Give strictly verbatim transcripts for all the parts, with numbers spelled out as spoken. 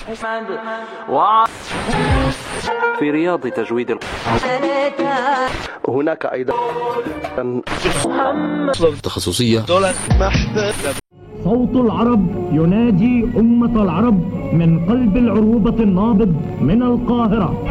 في رياض تجويد القرآن. هناك أيضا تخصصية. صوت العرب يناجي أمة العرب من قلب العروبة النابض من القاهرة.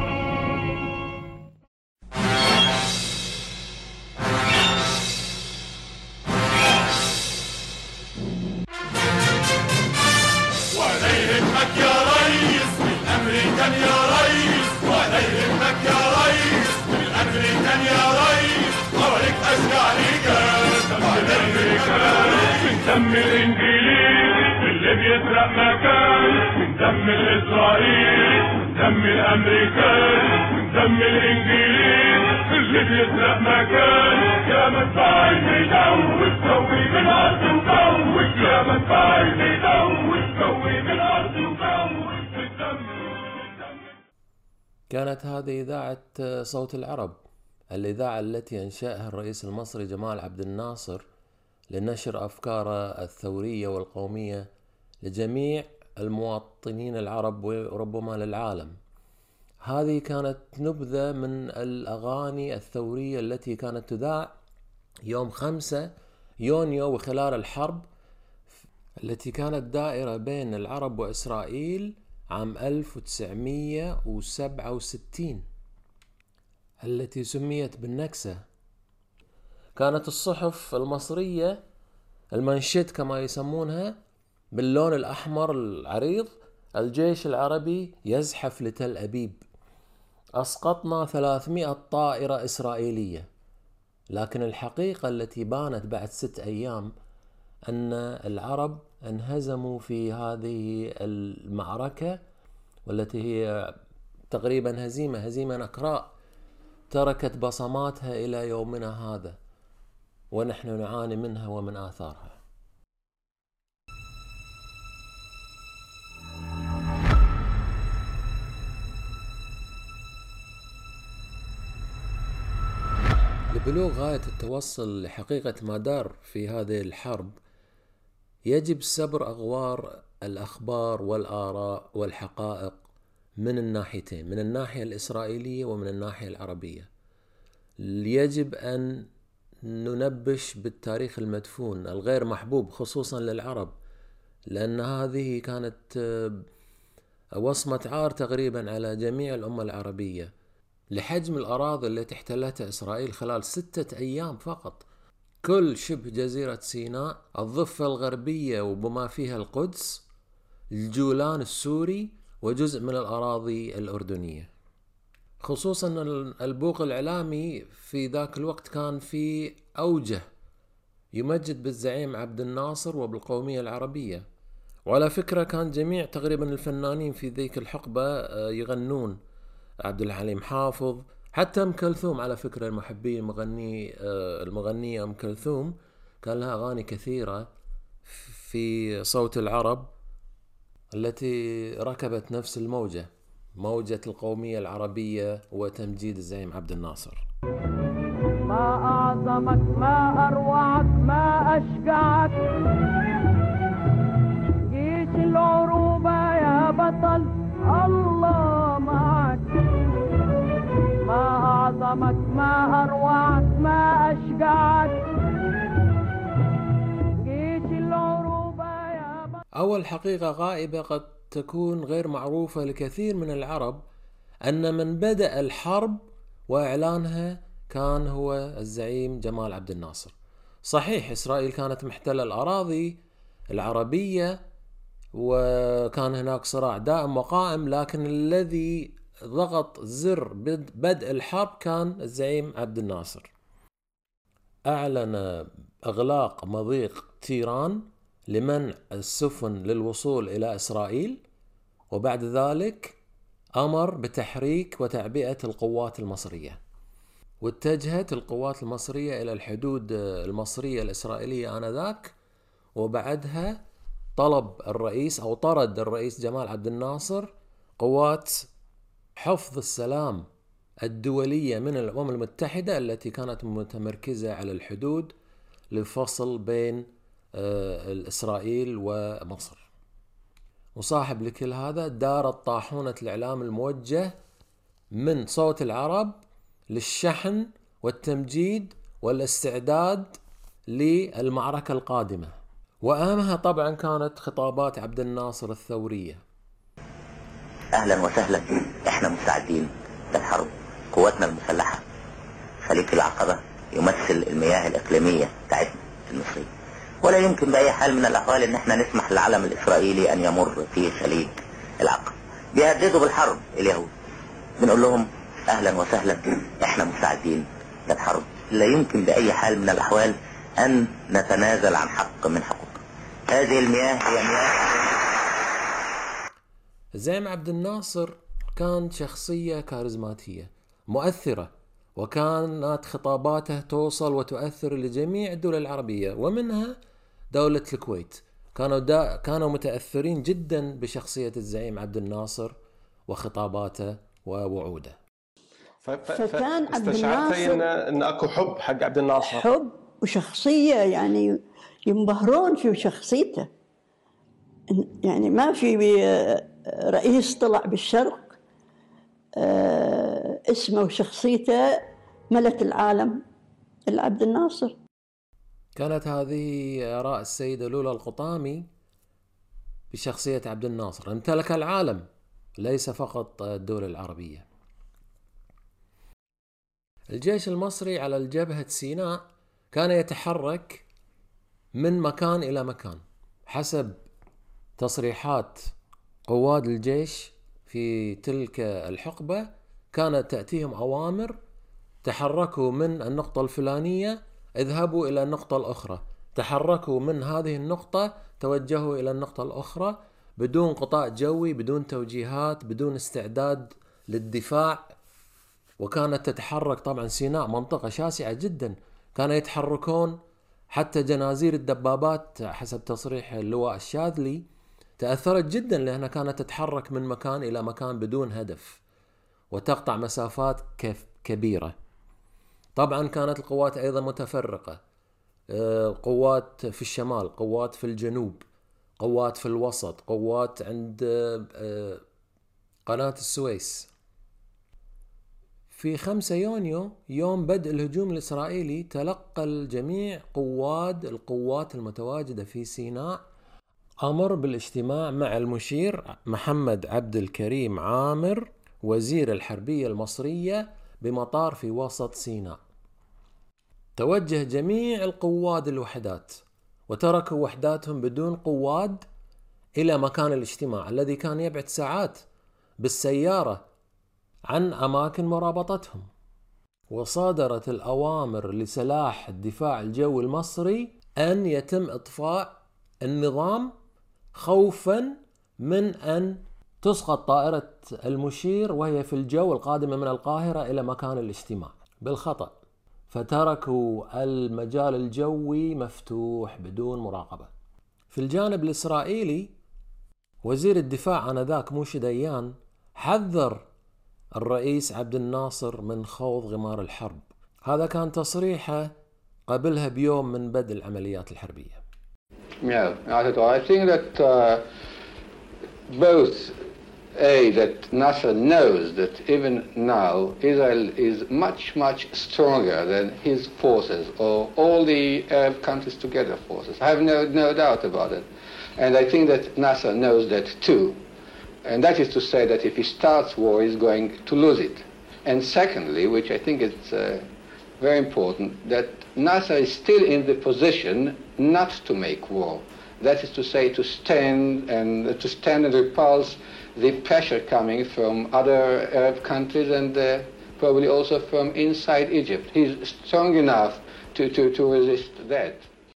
دم الانجليز اللي بيسرق مكان، من دم الاسرائيل، من دم الامريكان، من دم الانجليز اللي بيسرق مكان. يا مدفع المدوي سوي من ارض وجوي، يا مدفع المدوي سوي من ارض وجوي. كانت هذه إذاعة صوت العرب، الإذاعة التي أنشأها الرئيس المصري جمال عبد الناصر لنشر أفكاره الثورية والقومية لجميع المواطنين العرب وربما للعالم. هذه كانت نبذة من الأغاني الثورية التي كانت تذاع يوم خمسة يونيو وخلال الحرب التي كانت دائرة بين العرب وإسرائيل عام ألف وتسعمئة وسبعة وستين التي سميت بالنكسة. كانت الصحف المصرية المنشد كما يسمونها باللون الأحمر العريض: الجيش العربي يزحف لتل أبيب، أسقطنا ثلاثمئة طائرة إسرائيلية. لكن الحقيقة التي بانت بعد ست أيام أن العرب انهزموا في هذه المعركة، والتي هي تقريبا هزيمة هزيمة نكراء تركت بصماتها إلى يومنا هذا، ونحن نعاني منها ومن آثارها. لبلوغ غاية التوصل لحقيقة ما دار في هذه الحرب يجب سبر أغوار الأخبار والآراء والحقائق من الناحيتين، من الناحية الإسرائيلية ومن الناحية العربية. يجب أن ننبش بالتاريخ المدفون الغير محبوب خصوصا للعرب، لأن هذه كانت وصمة عار تقريبا على جميع الأمة العربية لحجم الأراضي التي احتلتها إسرائيل خلال ستة أيام فقط. كل شبه جزيرة سيناء، الضفة الغربية وبما فيها القدس، الجولان السوري، وجزء من الأراضي الأردنية. خصوصا البوق الإعلامي في ذاك الوقت كان في أوجه يمجد بالزعيم عبد الناصر وبالقومية العربية. وعلى فكرة كان جميع تقريبا الفنانين في ذيك الحقبة يغنون، عبد الحليم حافظ، حتى أم كلثوم. على فكرة المحبين المغني المغنية أم كلثوم كان لها أغاني كثيرة في صوت العرب التي ركبت نفس الموجة، موجة القومية العربية وتمجيد الزعيم عبد الناصر. ما أعظمك، ما أروعك، ما أشجعك، جيش العروبة يا بطل، الله معك. ما أعظمك، ما أروعك، ما أشجعك، جيش العروبة يا بطل. أول حقيقة غائبة قد تكون غير معروفة لكثير من العرب أن من بدأ الحرب وإعلانها كان هو الزعيم جمال عبد الناصر. صحيح إسرائيل كانت محتلة الأراضي العربية وكان هناك صراع دائم وقائم، لكن الذي ضغط زر بدء الحرب كان الزعيم عبد الناصر. أعلن إغلاق مضيق تيران لمنع السفن للوصول إلى إسرائيل، وبعد ذلك أمر بتحريك وتعبئة القوات المصرية. واتجهت القوات المصرية إلى الحدود المصرية الإسرائيلية آنذاك، وبعدها طلب الرئيس أو طرد الرئيس جمال عبد الناصر قوات حفظ السلام الدولية من الأمم المتحدة التي كانت متمركزة على الحدود للفصل بين إسرائيل ومصر. وصاحب لكل هذا دارت طاحونة الإعلام الموجه من صوت العرب للشحن والتمجيد والاستعداد للمعركة القادمة. وأهمها طبعا كانت خطابات عبد الناصر الثورية. أهلا وسهلا، إحنا مستعدين للحرب. قواتنا المسلحة خليج العقبة يمثل المياه الإقليمية بتاعتنا المصرية، ولا يمكن بأي حال من الأحوال إن إحنا نسمح للعلم الإسرائيلي أن يمر في خليج العقبة. بيهددوا بالحرب اليهود، بنقول لهم أهلا وسهلا، إحنا مستعدين للحرب. لا يمكن بأي حال من الأحوال أن نتنازل عن حق من حقوق هذه المياه. هي مياه. الزعيم عبد الناصر كان شخصية كاريزماتية مؤثرة، وكانت خطاباته توصل وتؤثر لجميع الدول العربية ومنها دولة الكويت. كانوا دا كانوا متأثرين جدا بشخصية الزعيم عبد الناصر وخطاباته ووعوده. فكان عبد استشعرت الناصر ان ان اكو حب حق عبد الناصر، حب وشخصية، يعني ينبهرون في شخصيته. يعني ما في رئيس طلع بالشرق اسمه وشخصيته ملت العالم إلا عبد الناصر. كانت هذه آراء السيدة لولا القطامي بشخصية عبد الناصر. امتلك العالم ليس فقط الدول العربية. الجيش المصري على الجبهة سيناء كان يتحرك من مكان إلى مكان حسب تصريحات قواد الجيش في تلك الحقبة. كانت تأتيهم أوامر: تحركوا من النقطة الفلانية اذهبوا إلى النقطة الأخرى، تحركوا من هذه النقطة توجهوا إلى النقطة الأخرى، بدون قطاع جوي، بدون توجيهات، بدون استعداد للدفاع. وكانت تتحرك طبعا سيناء منطقة شاسعة جدا، كانوا يتحركون حتى جنازير الدبابات حسب تصريح اللواء الشاذلي تأثرت جدا، لأنها كانت تتحرك من مكان إلى مكان بدون هدف وتقطع مسافات كبيرة. طبعا كانت القوات أيضا متفرقة، قوات في الشمال، قوات في الجنوب، قوات في الوسط، قوات عند قناة السويس. في خمسة يونيو يوم بدء الهجوم الإسرائيلي تلقى الجميع قواد القوات المتواجدة في سيناء أمر بالاجتماع مع المشير محمد عبد الكريم عامر وزير الحربية المصرية بمطار في وسط سيناء. توجه جميع القواد الوحدات وتركوا وحداتهم بدون قواد إلى مكان الاجتماع الذي كان يبعد ساعات بالسيارة عن أماكن مرابطتهم. وصادرت الأوامر لسلاح الدفاع الجوي المصري أن يتم إطفاء النظام خوفا من أن تسقط طائرة المشير وهي في الجو القادمة من القاهرة إلى مكان الاجتماع بالخطأ، فتركوا المجال الجوي مفتوح بدون مراقبة. في الجانب الإسرائيلي وزير الدفاع آنذاك موشي ديان حذر الرئيس عبد الناصر من خوض غمار الحرب. هذا كان تصريحه قبلها بيوم من بدء العمليات الحربية. Yeah, not at all. I think that uh, both A, that Nasser knows that even now Israel is much, much stronger than his forces or all the Arab countries together forces. I have no, no doubt about it. And I think that Nasser knows that too. And that is to say that if he starts war, he's going to lose it. And secondly, which I think is uh, very important, that Nasser is still in the position not to make war. That is to say, to stand and to stand and repulse the pressure coming from other Arab countries and uh, probably also from inside Egypt. He's strong enough to, to, to resist that.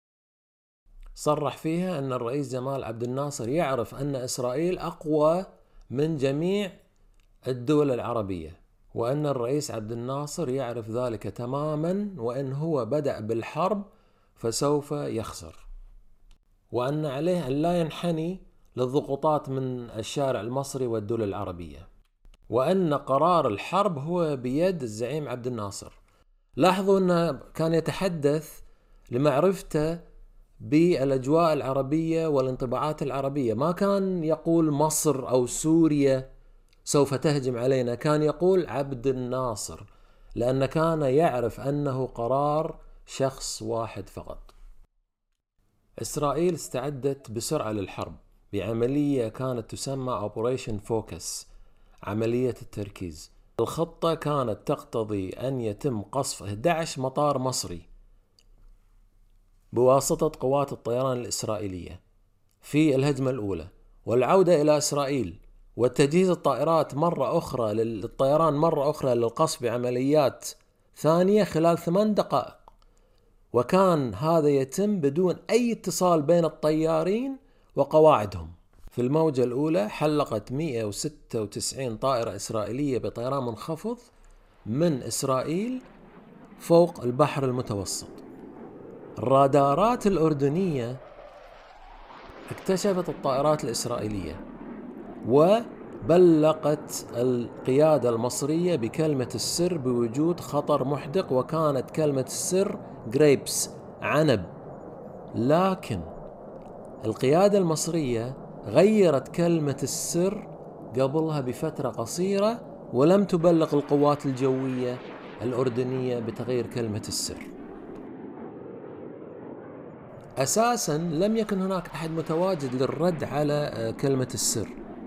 صرح فيها أن الرئيس جمال عبد الناصر يعرف أن إسرائيل أقوى من جميع الدول العربية، وأن الرئيس عبد الناصر يعرف ذلك تماما، وأن هو بدأ بالحرب فسوف يخسر، وأن عليه أن لا ينحني للضغوطات من الشارع المصري والدول العربية، وأن قرار الحرب هو بيد الزعيم عبد الناصر. لاحظوا أنه كان يتحدث لمعرفته بالأجواء العربية والانطباعات العربية. ما كان يقول مصر أو سوريا سوف تهجم علينا، كان يقول عبد الناصر، لأن كان يعرف أنه قرار شخص واحد فقط. إسرائيل استعدت بسرعة للحرب بعملية كانت تسمى Operation Focus، عملية التركيز. الخطة كانت تقتضي أن يتم قصف أحد عشر مطار مصري بواسطة قوات الطيران الإسرائيلية في الهجمة الأولى، والعودة إلى إسرائيل وتجهيز الطائرات مرة أخرى للطيران مرة أخرى للقصف بعمليات ثانية خلال ثمان دقائق. وكان هذا يتم بدون أي اتصال بين الطيارين وقواعدهم. في الموجة الأولى حلقت مئة وستة وتسعين طائرة إسرائيلية بطيران منخفض من إسرائيل فوق البحر المتوسط. الرادارات الأردنية اكتشفت الطائرات الإسرائيلية وبلغت القيادة المصرية بكلمة السر بوجود خطر محدق، وكانت كلمة السر جريبس، عنب. لكن القيادة المصرية غيرت كلمة السر قبلها بفترة قصيرة ولم تبلغ القوات الجوية الأردنية بتغيير كلمة السر. أساسا لم يكن هناك أحد متواجد للرد على كلمة السر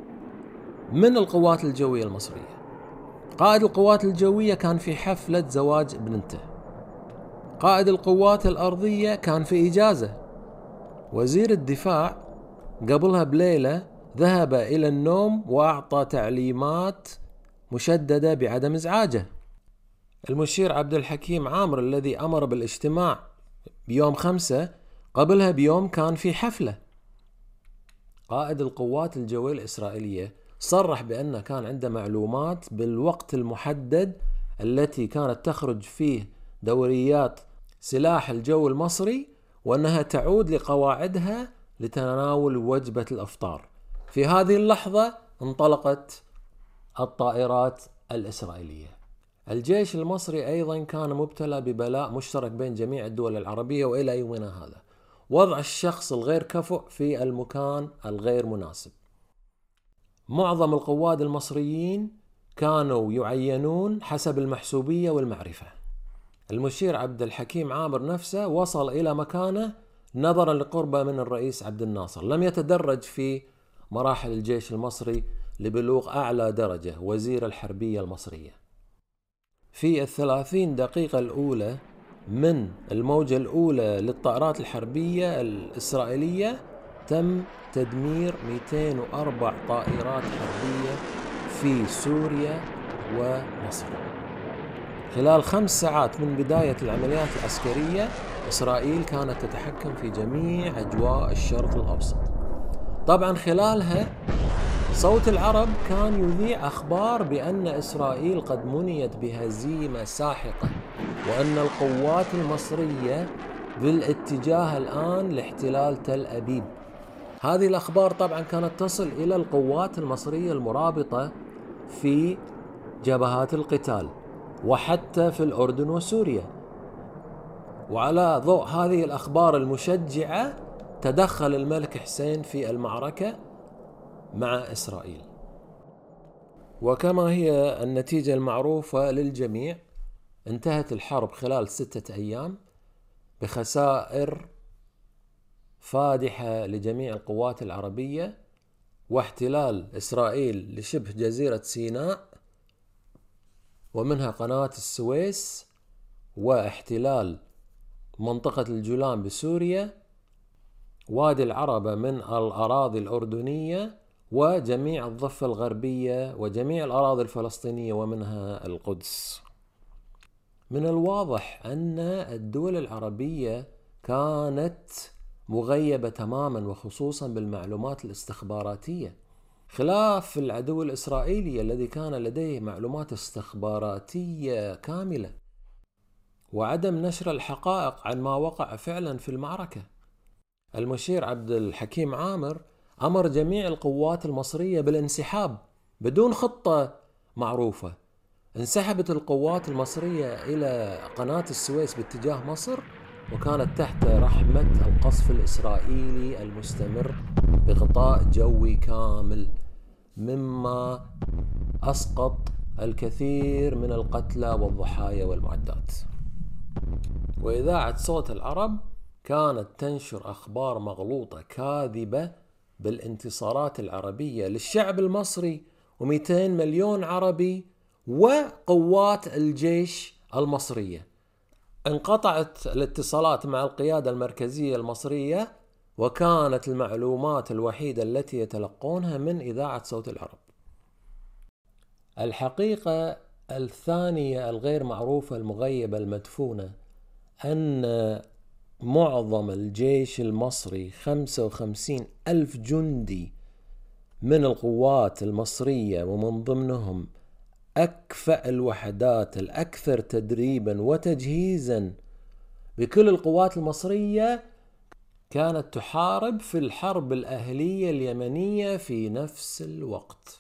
من القوات الجوية المصرية. قائد القوات الجوية كان في حفلة زواج ابنته، قائد القوات الأرضية كان في إجازة، وزير الدفاع قبلها بليلة ذهب إلى النوم وأعطى تعليمات مشددة بعدم إزعاجه. المشير عبد الحكيم عامر الذي أمر بالاجتماع بيوم خمسة قبلها بيوم كان في حفلة. قائد القوات الجوية الإسرائيلية صرح بأنه كان عنده معلومات بالوقت المحدد التي كانت تخرج فيه دوريات سلاح الجو المصري، وأنها تعود لقواعدها لتناول وجبة الأفطار. في هذه اللحظة انطلقت الطائرات الإسرائيلية. الجيش المصري أيضا كان مبتلى ببلاء مشترك بين جميع الدول العربية وإلى يومنا هذا، وضع الشخص الغير كفؤ في المكان الغير مناسب. معظم القواد المصريين كانوا يعينون حسب المحسوبية والمعرفة. المشير عبد الحكيم عامر نفسه وصل إلى مكانه نظرا لقربه من الرئيس عبد الناصر، لم يتدرج في مراحل الجيش المصري لبلوغ أعلى درجة وزير الحربية المصرية. في الثلاثين دقيقة الأولى من الموجة الأولى للطائرات الحربية الإسرائيلية تم تدمير مئتين وأربع طائرات حربية في سوريا ومصر. خلال خمس ساعات من بداية العمليات العسكرية إسرائيل كانت تتحكم في جميع أجواء الشرق الأوسط. طبعا خلالها صوت العرب كان يذيع أخبار بأن إسرائيل قد منيت بهزيمة ساحقة، وأن القوات المصرية بالاتجاه الآن لاحتلال تل أبيب. هذه الأخبار طبعا كانت تصل إلى القوات المصرية المرابطة في جبهات القتال وحتى في الأردن وسوريا. وعلى ضوء هذه الأخبار المشجعة تدخل الملك حسين في المعركة مع إسرائيل، وكما هي النتيجة المعروفة للجميع انتهت الحرب خلال ستة أيام بخسائر فادحة لجميع القوات العربية، واحتلال إسرائيل لشبه جزيرة سيناء ومنها قناة السويس، واحتلال منطقة الجولان بسوريا، وادي العربة من الأراضي الأردنية، وجميع الضفة الغربية وجميع الأراضي الفلسطينية ومنها القدس. من الواضح أن الدول العربية كانت مغيبة تماما، وخصوصا بالمعلومات الاستخباراتية، خلاف العدو الإسرائيلي الذي كان لديه معلومات استخباراتية كاملة وعدم نشر الحقائق عن ما وقع فعلا في المعركة. المشير عبد الحكيم عامر أمر جميع القوات المصرية بالانسحاب بدون خطة معروفة. انسحبت القوات المصرية إلى قناة السويس باتجاه مصر، وكانت تحت رحمة القصف الإسرائيلي المستمر بغطاء جوي كامل، مما أسقط الكثير من القتلى والضحايا والمعدات. وإذاعة صوت العرب كانت تنشر أخبار مغلوطة كاذبة بالانتصارات العربية للشعب المصري ومئتين مليون عربي وقوات الجيش المصرية. انقطعت الاتصالات مع القيادة المركزية المصرية، وكانت المعلومات الوحيدة التي يتلقونها من إذاعة صوت العرب. الحقيقة الثانية الغير معروفة المغيبة المدفونة أن معظم الجيش المصري خمسة وخمسين ألف جندي من القوات المصرية، ومن ضمنهم أكفأ الوحدات الأكثر تدريبا وتجهيزا بكل القوات المصرية، كانت تحارب في الحرب الأهلية اليمنية في نفس الوقت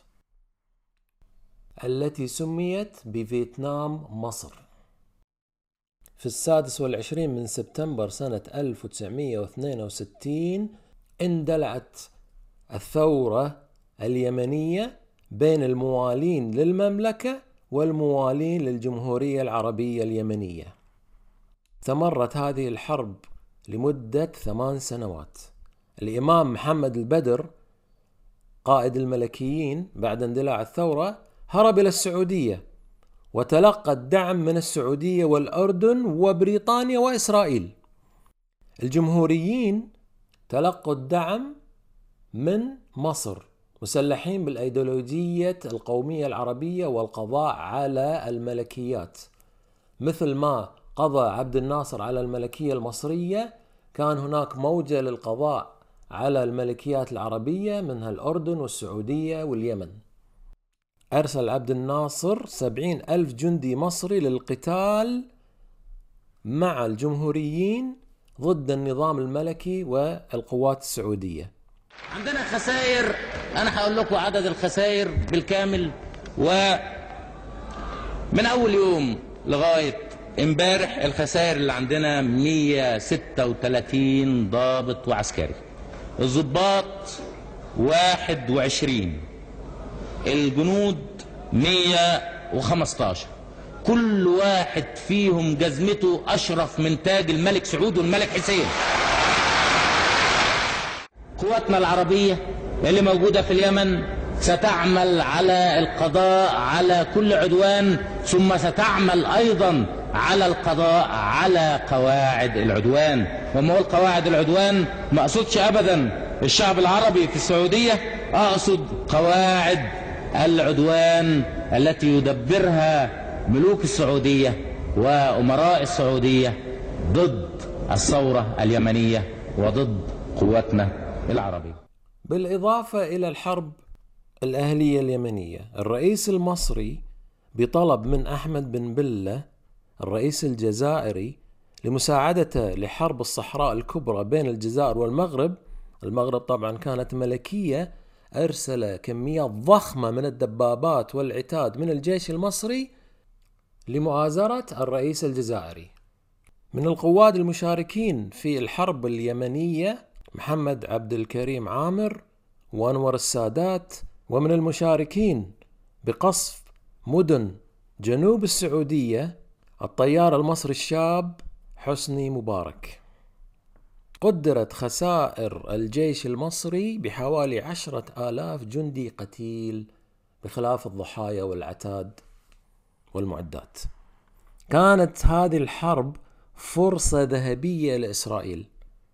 التي سميت بفيتنام مصر. في السادس والعشرين من سبتمبر سنة ألف وتسعمئة واثنين وستين اندلعت الثورة اليمنية بين الموالين للمملكة والموالين للجمهورية العربية اليمنية. استمرت هذه الحرب لمدة ثمان سنوات. الإمام محمد البدر قائد الملكيين بعد اندلاع الثورة هرب إلى السعودية، وتلقى الدعم من السعودية والأردن وبريطانيا وإسرائيل. الجمهوريين تلقوا الدعم من مصر، مسلحين بالأيديولوجية القومية العربية والقضاء على الملكيات، مثل ما قضى عبد الناصر على الملكية المصرية. كان هناك موجة للقضاء على الملكيات العربية منها الأردن والسعودية واليمن. أرسل عبد الناصر سبعين ألف جندي مصري للقتال مع الجمهوريين ضد النظام الملكي والقوات السعودية. عندنا خسائر، أنا هقول لكم عدد الخسائر بالكامل، ومن أول يوم لغاية امبارح الخسائر اللي عندنا مئة وستة وثلاثين ضابط وعسكري، الضباط واحد وعشرين، الجنود مئة وخمسة عشر، كل واحد فيهم جزمته أشرف من تاج الملك سعود والملك حسين. قواتنا العربية اللي موجودة في اليمن ستعمل على القضاء على كل عدوان، ثم ستعمل أيضا على القضاء على قواعد العدوان. وما هو قواعد العدوان؟ ما أقصدش أبدا الشعب العربي في السعودية، أقصد قواعد العدوان التي يدبرها ملوك السعودية وأمراء السعودية ضد الثورة اليمنية وضد قواتنا العربية. بالإضافة إلى الحرب الأهلية اليمنية، الرئيس المصري بطلب من أحمد بن بلة الرئيس الجزائري لمساعدته لحرب الصحراء الكبرى بين الجزائر والمغرب. المغرب طبعا كانت ملكية، أرسل كميات ضخمة من الدبابات والعتاد من الجيش المصري لمؤازرة الرئيس الجزائري. من القواد المشاركين في الحرب اليمنية محمد عبد الكريم عامر وأنور السادات، ومن المشاركين بقصف مدن جنوب السعودية الطيار المصري الشاب حسني مبارك. قدرت خسائر الجيش المصري بحوالي عشرة آلاف جندي قتيل، بخلاف الضحايا والعتاد والمعدات. كانت هذه الحرب فرصة ذهبية لإسرائيل،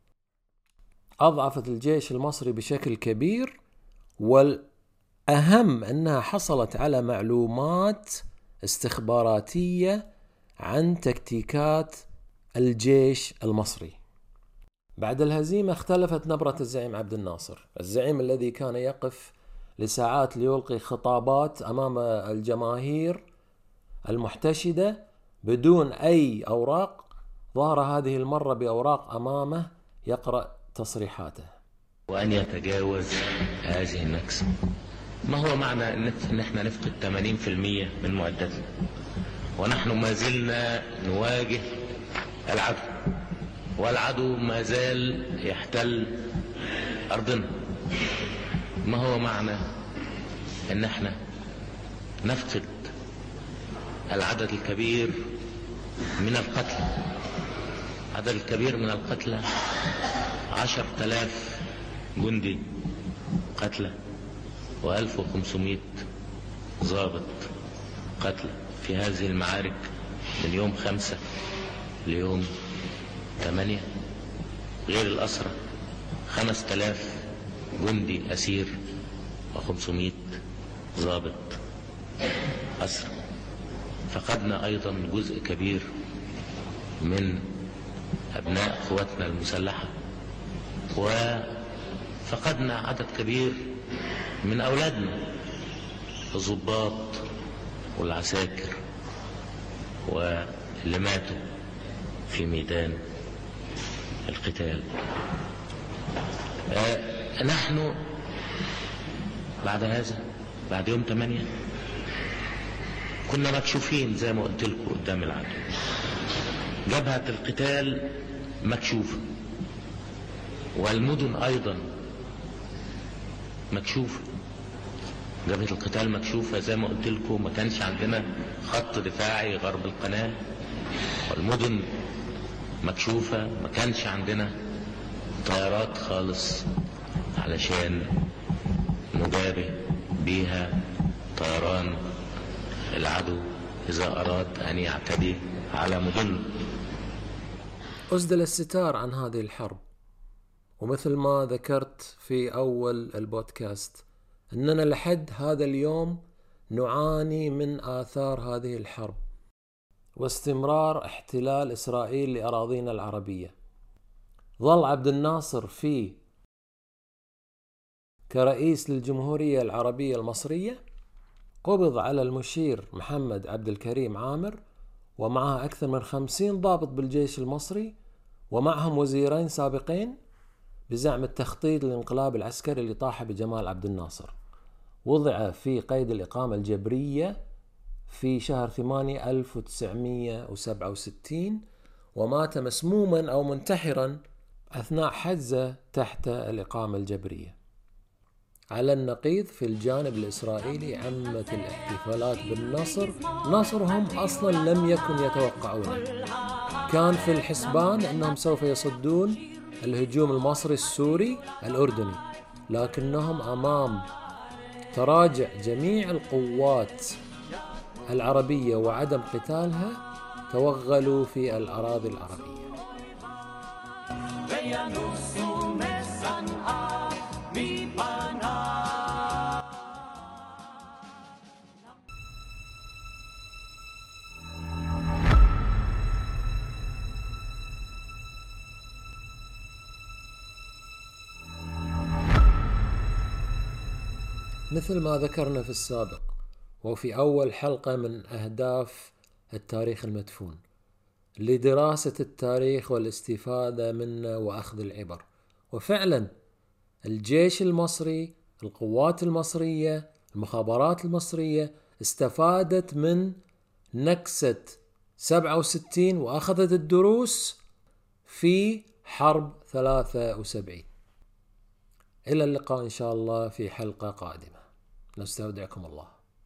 أضعفت الجيش المصري بشكل كبير، والأهم أنها حصلت على معلومات استخباراتية عن تكتيكات الجيش المصري. بعد الهزيمة اختلفت نبرة الزعيم عبد الناصر، الزعيم الذي كان يقف لساعات ليلقي خطابات أمام الجماهير المحتشدة بدون أي أوراق، ظهر هذه المرة بأوراق أمامه يقرأ تصريحاته. وأن يتجاوز هذه النكسة. ما هو معنى أن احنا نفقد ثمانين بالمئة من معداتنا ونحن ما زلنا نواجه العدو؟ والعدو ما زال يحتل أرضنا. ما هو معنى ان احنا نفقد العدد الكبير من القتلى؟ العدد الكبير من القتلى عشر تلاف جندي قتلى وألف وخمسمائة ضابط قتلى في هذه المعارك من يوم خمسة ليوم ثمانية، غير الأسرى خمس تلاف جندي أسير وخمسمائة ضابط أسرى. فقدنا أيضا جزء كبير من أبناء قواتنا المسلحة، وفقدنا عدد كبير من أولادنا الضباط والعساكر واللي ماتوا في ميدان القتال. آه نحن بعد هذا، بعد يوم ثمانية، كنا مكشوفين زي ما قلت لكم قدام العدو. جبهة القتال مكشوفة، والمدن أيضا مكشوفة. جبهة القتال مكشوفة زي ما قلت لكم، ما كانش عندنا خط دفاعي غرب القناة، والمدن مكشوفة، ما كانش عندنا طيارات خالص علشان نجابه بيها طيران العدو إذا أراد أن يعتدي على مدن. أسدل الستار عن هذه الحرب، ومثل ما ذكرت في أول البودكاست أننا لحد هذا اليوم نعاني من آثار هذه الحرب واستمرار احتلال إسرائيل لأراضينا العربية. ظل عبد الناصر في كرئيس للجمهورية العربية المصرية، قبض على المشير محمد عبد الكريم عامر ومعه أكثر من خمسين ضابط بالجيش المصري، ومعهم وزيرين سابقين بزعم التخطيط للانقلاب العسكري اللي طاح بجمال عبد الناصر. وضع في قيد الإقامة الجبرية في شهر ثمانية ألف وتسعمائة وسبعة وستين، ومات مسموما أو منتحرا أثناء حجزه تحت الإقامة الجبرية. على النقيض في الجانب الإسرائيلي عمت الاحتفالات بالنصر، نصرهم أصلا لم يكن يتوقعونه. كان في الحسبان أنهم سوف يصدون الهجوم المصري السوري الأردني، لكنهم أمام تراجع جميع القوات العربية وعدم قتالها توغلوا في الأراضي العربية. مثل ما ذكرنا في السابق وفي أول حلقة من أهداف التاريخ المدفون، لدراسة التاريخ والاستفادة منه وأخذ العبر. وفعلا الجيش المصري، القوات المصرية، المخابرات المصرية استفادت من نكسة سبعة وستين وأخذت الدروس في حرب ثلاثة وسبعين. إلى اللقاء إن شاء الله في حلقة قادمة، نستودعكم الله.